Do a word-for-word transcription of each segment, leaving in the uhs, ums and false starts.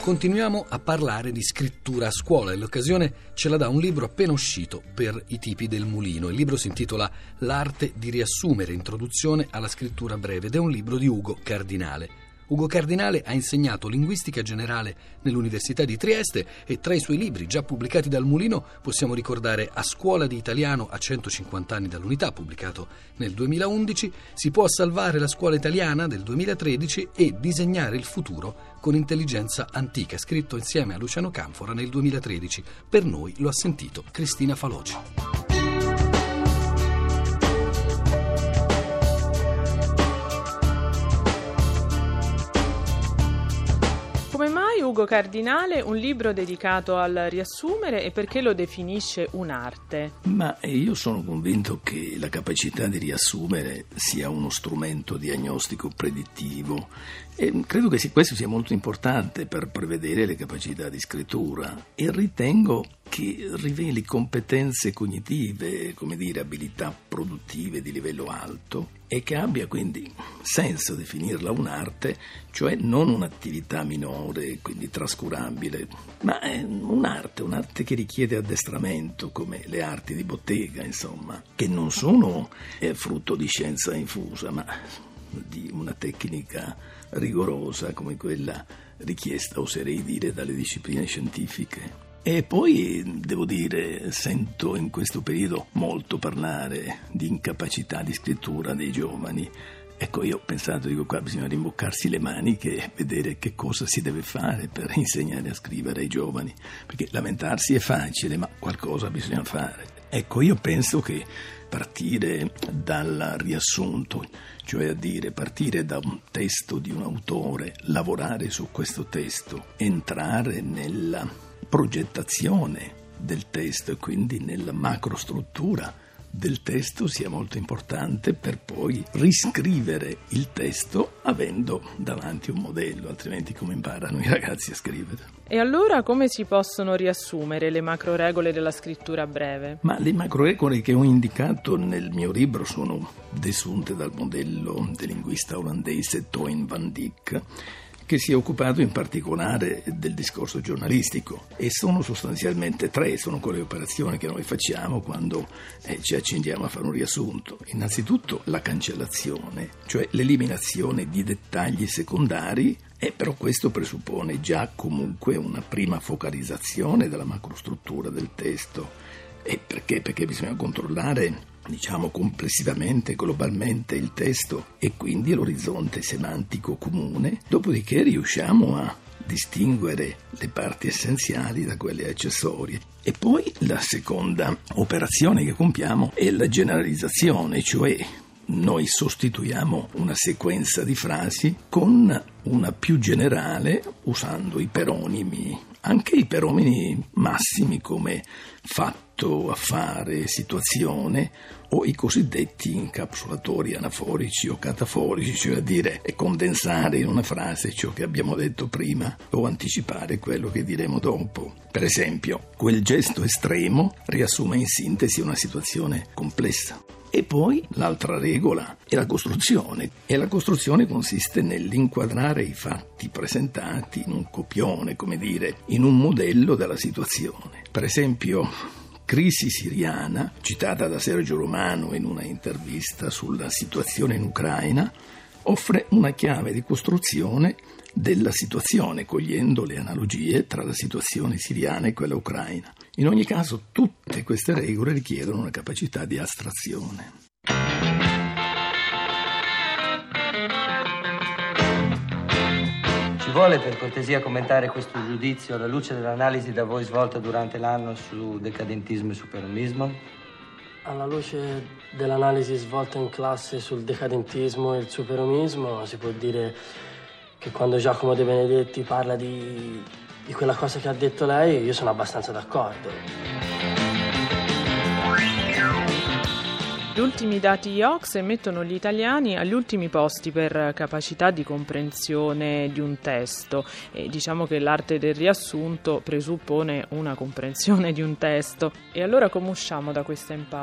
Continuiamo a parlare di scrittura a scuola e l'occasione ce la dà un libro appena uscito per i tipi del Mulino. Il libro si intitola L'arte di riassumere, introduzione alla scrittura breve ed è un libro di Ugo Cardinale. Ugo Cardinale ha insegnato linguistica generale nell'Università di Trieste e tra i suoi libri già pubblicati dal Mulino possiamo ricordare A scuola di italiano a centocinquanta anni dall'unità, pubblicato nel duemilaundici, Si può salvare la scuola italiana del duemilatredici e Disegnare il futuro con intelligenza antica, scritto insieme a Luciano Canfora nel duemilatredici. Per noi lo ha sentito Cristina Faloci. Come mai Ugo Cardinale un libro dedicato al riassumere e perché lo definisce un'arte? Ma io sono convinto che la capacità di riassumere sia uno strumento diagnostico predittivo e credo che questo sia molto importante per prevedere le capacità di scrittura e ritengo che riveli competenze cognitive, come dire, abilità produttive di livello alto e che abbia quindi senso definirla un'arte, cioè non un'attività minore, quindi trascurabile, ma è un'arte, un'arte che richiede addestramento, come le arti di bottega, insomma, che non sono eh, frutto di scienza infusa, ma di una tecnica rigorosa come quella richiesta, oserei dire, dalle discipline scientifiche. E poi, devo dire, sento in questo periodo molto parlare di incapacità di scrittura dei giovani. Ecco, io ho pensato, dico, qua bisogna rimboccarsi le maniche e vedere che cosa si deve fare per insegnare a scrivere ai giovani, perché lamentarsi è facile, ma qualcosa bisogna fare. Ecco, io penso che partire dal riassunto, cioè a dire partire da un testo di un autore, lavorare su questo testo, entrare nella progettazione del testo e quindi nella macrostruttura del testo sia molto importante per poi riscrivere il testo avendo davanti un modello, altrimenti come imparano i ragazzi a scrivere? E allora come si possono riassumere le macro regole della scrittura breve? Ma le macro regole che ho indicato nel mio libro sono desunte dal modello del linguista olandese Toyn van Dijk, che si è occupato in particolare del discorso giornalistico, e sono sostanzialmente tre, sono quelle operazioni che noi facciamo quando eh, ci accingiamo a fare un riassunto. Innanzitutto la cancellazione, cioè l'eliminazione di dettagli secondari, e però questo presuppone già comunque una prima focalizzazione della macrostruttura del testo. E perché? Perché bisogna controllare, diciamo, complessivamente, globalmente il testo e quindi l'orizzonte semantico comune, dopodiché riusciamo a distinguere le parti essenziali da quelle accessorie. E poi la seconda operazione che compiamo è la generalizzazione, cioè noi sostituiamo una sequenza di frasi con una più generale usando i peronimi, anche i peronimi massimi come fatto, affare, situazione, o i cosiddetti incapsulatori anaforici o cataforici, cioè a dire e condensare in una frase ciò che abbiamo detto prima o anticipare quello che diremo dopo. Per esempio, quel gesto estremo riassume in sintesi una situazione complessa. E poi l'altra regola è la costruzione, e la costruzione consiste nell'inquadrare i fatti presentati in un copione, come dire, in un modello della situazione. Per esempio, crisi siriana, citata da Sergio Romano in una intervista sulla situazione in Ucraina, offre una chiave di costruzione della situazione, cogliendo le analogie tra la situazione siriana e quella ucraina. In ogni caso, tutte queste regole richiedono una capacità di astrazione. Ci vuole per cortesia commentare questo giudizio alla luce dell'analisi da voi svolta durante l'anno su decadentismo e superomismo? Alla luce dell'analisi svolta in classe sul decadentismo e il superomismo, si può dire che quando Giacomo De Benedetti parla di, di quella cosa che ha detto lei, io sono abbastanza d'accordo. Gli ultimi dati I O C S E mettono gli italiani agli ultimi posti per capacità di comprensione di un testo, e diciamo che l'arte del riassunto presuppone una comprensione di un testo. E allora come usciamo da questa impasse?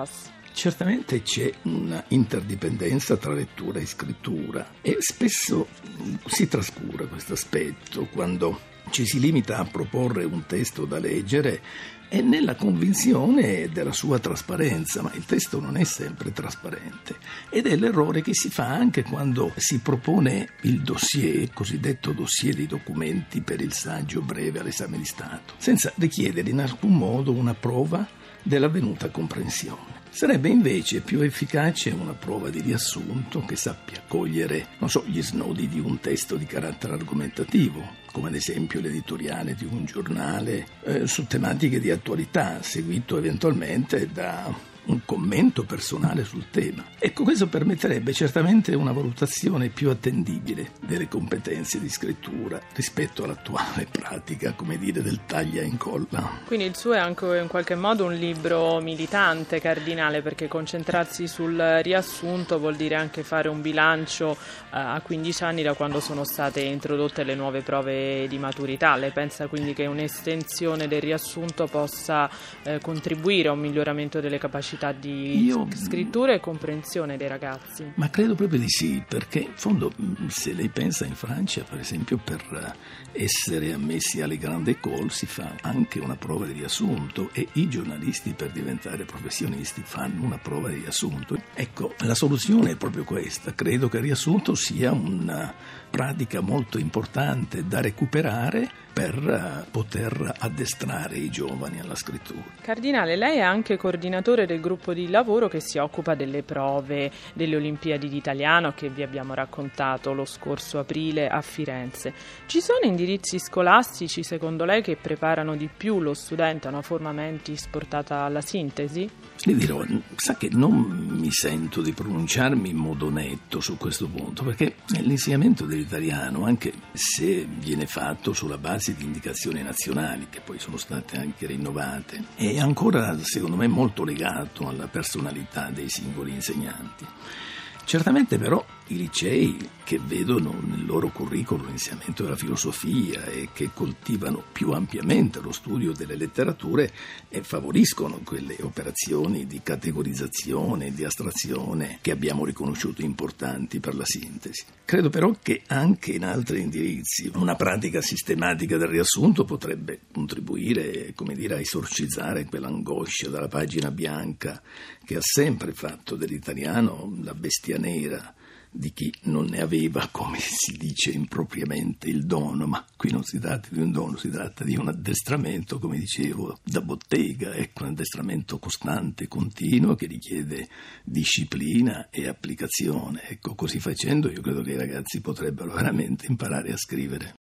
Certamente c'è una interdipendenza tra lettura e scrittura e spesso si trascura questo aspetto quando ci si limita a proporre un testo da leggere e nella convinzione della sua trasparenza, ma il testo non è sempre trasparente ed è l'errore che si fa anche quando si propone il dossier, il cosiddetto dossier dei documenti per il saggio breve all'esame di Stato, senza richiedere in alcun modo una prova dell'avvenuta comprensione. Sarebbe invece più efficace una prova di riassunto che sappia cogliere, non so, gli snodi di un testo di carattere argomentativo, come ad esempio l'editoriale di un giornale eh, su tematiche di attualità, seguito eventualmente da un commento personale sul tema. Ecco, questo permetterebbe certamente una valutazione più attendibile delle competenze di scrittura rispetto all'attuale pratica, come dire, del taglia e incolla. Quindi il suo è anche in qualche modo un libro militante, Cardinale, perché concentrarsi sul riassunto vuol dire anche fare un bilancio eh, a quindici anni da quando sono state introdotte le nuove prove di maturità. Lei pensa quindi che un'estensione del riassunto possa eh, contribuire a un miglioramento delle capacità di Io, scrittura e comprensione dei ragazzi? Ma credo proprio di sì, perché in fondo se lei pensa in Francia, per esempio, per essere ammessi alle grandi école si fa anche una prova di riassunto e i giornalisti per diventare professionisti fanno una prova di riassunto. Ecco, la soluzione è proprio questa. Credo che il riassunto sia una pratica molto importante da recuperare per poter addestrare i giovani alla scrittura. Cardinale, lei è anche coordinatore del gruppo di lavoro che si occupa delle prove delle Olimpiadi d'Italiano che vi abbiamo raccontato lo scorso aprile a Firenze. Ci sono indirizzi scolastici secondo lei che preparano di più lo studente a una forma mentis portata alla sintesi? Le dirò, sa che non mi sento di pronunciarmi in modo netto su questo punto, perché l'insegnamento dell'italiano, anche se viene fatto sulla base di indicazioni nazionali, che poi sono state anche rinnovate, è ancora, secondo me, molto legato alla personalità dei singoli insegnanti. Certamente però i licei che vedono nel loro curriculum l'insegnamento della filosofia e che coltivano più ampiamente lo studio delle letterature e favoriscono quelle operazioni di categorizzazione e di astrazione che abbiamo riconosciuto importanti per la sintesi. Credo però che anche in altri indirizzi una pratica sistematica del riassunto potrebbe contribuire, come dire, a esorcizzare quell'angoscia dalla pagina bianca che ha sempre fatto dell'italiano la bestia nera di chi non ne aveva, come si dice impropriamente, il dono, ma qui non si tratta di un dono, si tratta di un addestramento, come dicevo, da bottega, ecco, un addestramento costante, continuo, che richiede disciplina e applicazione. Ecco, così facendo io credo che i ragazzi potrebbero veramente imparare a scrivere.